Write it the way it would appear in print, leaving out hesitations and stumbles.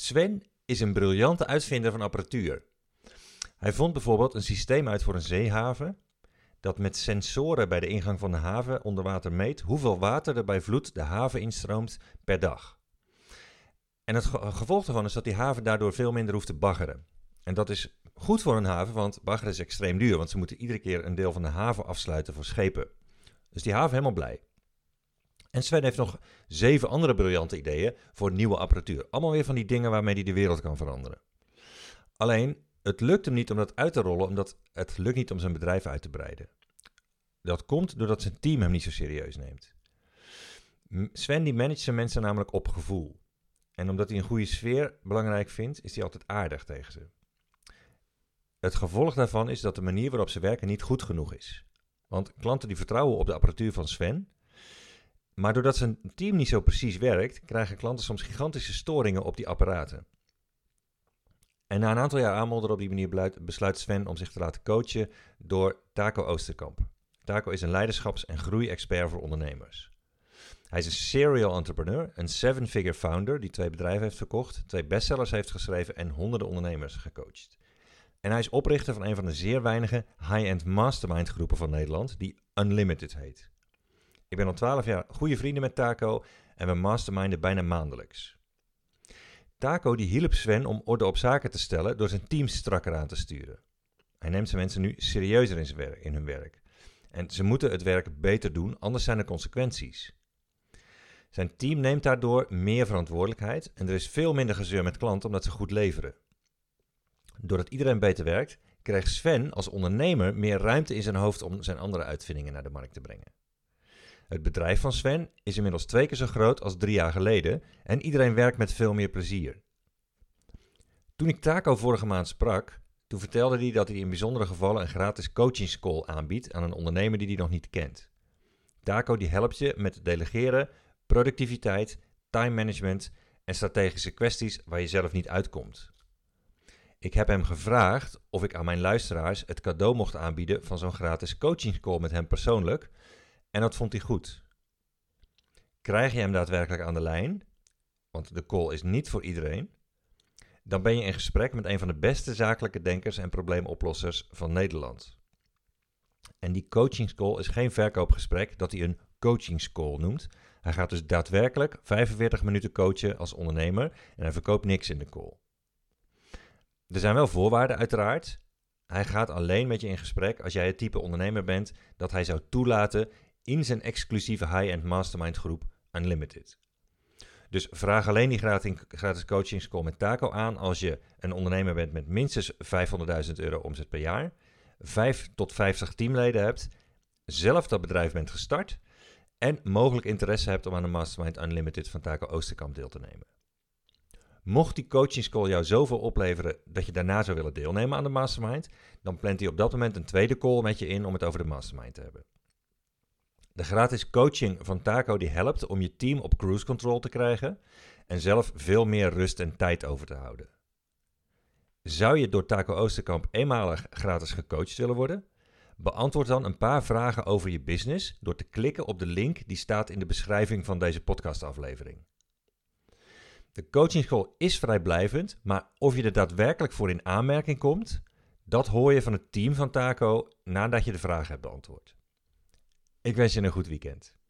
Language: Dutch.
Sven is een briljante uitvinder van apparatuur. Hij vond bijvoorbeeld een systeem uit voor een zeehaven dat met sensoren bij de ingang van de haven onder water meet hoeveel water er bij vloed de haven instroomt per dag. En het gevolg daarvan is dat die haven daardoor veel minder hoeft te baggeren. En dat is goed voor een haven, want baggeren is extreem duur, want ze moeten iedere keer een deel van de haven afsluiten voor schepen. Dus die haven helemaal blij. En Sven heeft nog 7 andere briljante ideeën voor nieuwe apparatuur. Allemaal weer van die dingen waarmee hij de wereld kan veranderen. Alleen, het lukt hem niet om dat uit te rollen, omdat het lukt niet om zijn bedrijf uit te breiden. Dat komt doordat zijn team hem niet zo serieus neemt. Sven die managt zijn mensen namelijk op gevoel. En omdat hij een goede sfeer belangrijk vindt, is hij altijd aardig tegen ze. Het gevolg daarvan is dat de manier waarop ze werken niet goed genoeg is. Want klanten die vertrouwen op de apparatuur van Sven, maar doordat zijn team niet zo precies werkt, krijgen klanten soms gigantische storingen op die apparaten. En na een aantal jaar aanmodderen op die manier besluit Sven om zich te laten coachen door Taco Oosterkamp. Taco is een leiderschaps- en groeiexpert voor ondernemers. Hij is een serial entrepreneur, een 7-figure founder die 2 bedrijven heeft verkocht, 2 bestsellers heeft geschreven en honderden ondernemers gecoacht. En hij is oprichter van een van de zeer weinige high-end mastermind groepen van Nederland, die Unlimited heet. Ik ben al 12 jaar goede vrienden met Taco en we masterminden bijna maandelijks. Taco die hielp Sven om orde op zaken te stellen door zijn team strakker aan te sturen. Hij neemt zijn mensen nu serieuzer in hun werk. En ze moeten het werk beter doen, anders zijn er consequenties. Zijn team neemt daardoor meer verantwoordelijkheid en er is veel minder gezeur met klanten omdat ze goed leveren. Doordat iedereen beter werkt, krijgt Sven als ondernemer meer ruimte in zijn hoofd om zijn andere uitvindingen naar de markt te brengen. Het bedrijf van Sven is inmiddels 2 keer zo groot als 3 jaar geleden en iedereen werkt met veel meer plezier. Toen ik Taco vorige maand sprak, toen vertelde hij dat hij in bijzondere gevallen een gratis coachingscall aanbiedt aan een ondernemer die hij nog niet kent. Taco die helpt je met delegeren, productiviteit, time management en strategische kwesties waar je zelf niet uitkomt. Ik heb hem gevraagd of ik aan mijn luisteraars het cadeau mocht aanbieden van zo'n gratis coachingscall met hem persoonlijk en dat vond hij goed. Krijg je hem daadwerkelijk aan de lijn, want de call is niet voor iedereen, dan ben je in gesprek met een van de beste zakelijke denkers en probleemoplossers van Nederland. En die coachingscall is geen verkoopgesprek dat hij een coachingscall noemt. Hij gaat dus daadwerkelijk 45 minuten coachen als ondernemer en hij verkoopt niks in de call. Er zijn wel voorwaarden uiteraard. Hij gaat alleen met je in gesprek als jij het type ondernemer bent dat hij zou toelaten in zijn exclusieve high-end mastermind groep Unlimited. Dus vraag alleen die gratis coachingscall met Taco aan als je een ondernemer bent met minstens €500.000 omzet per jaar, 5 tot 50 teamleden hebt, zelf dat bedrijf bent gestart en mogelijk interesse hebt om aan de Mastermind Unlimited van Taco Oosterkamp deel te nemen. Mocht die coachingscall jou zoveel opleveren dat je daarna zou willen deelnemen aan de Mastermind, dan plant hij op dat moment een tweede call met je in om het over de Mastermind te hebben. De gratis coaching van Taco die helpt om je team op cruise control te krijgen en zelf veel meer rust en tijd over te houden. Zou je door Taco Oosterkamp eenmalig gratis gecoacht willen worden? Beantwoord dan een paar vragen over je business door te klikken op de link die staat in de beschrijving van deze podcastaflevering. De coachingscall is vrijblijvend, maar of je er daadwerkelijk voor in aanmerking komt, dat hoor je van het team van Taco nadat je de vragen hebt beantwoord. Ik wens je een goed weekend.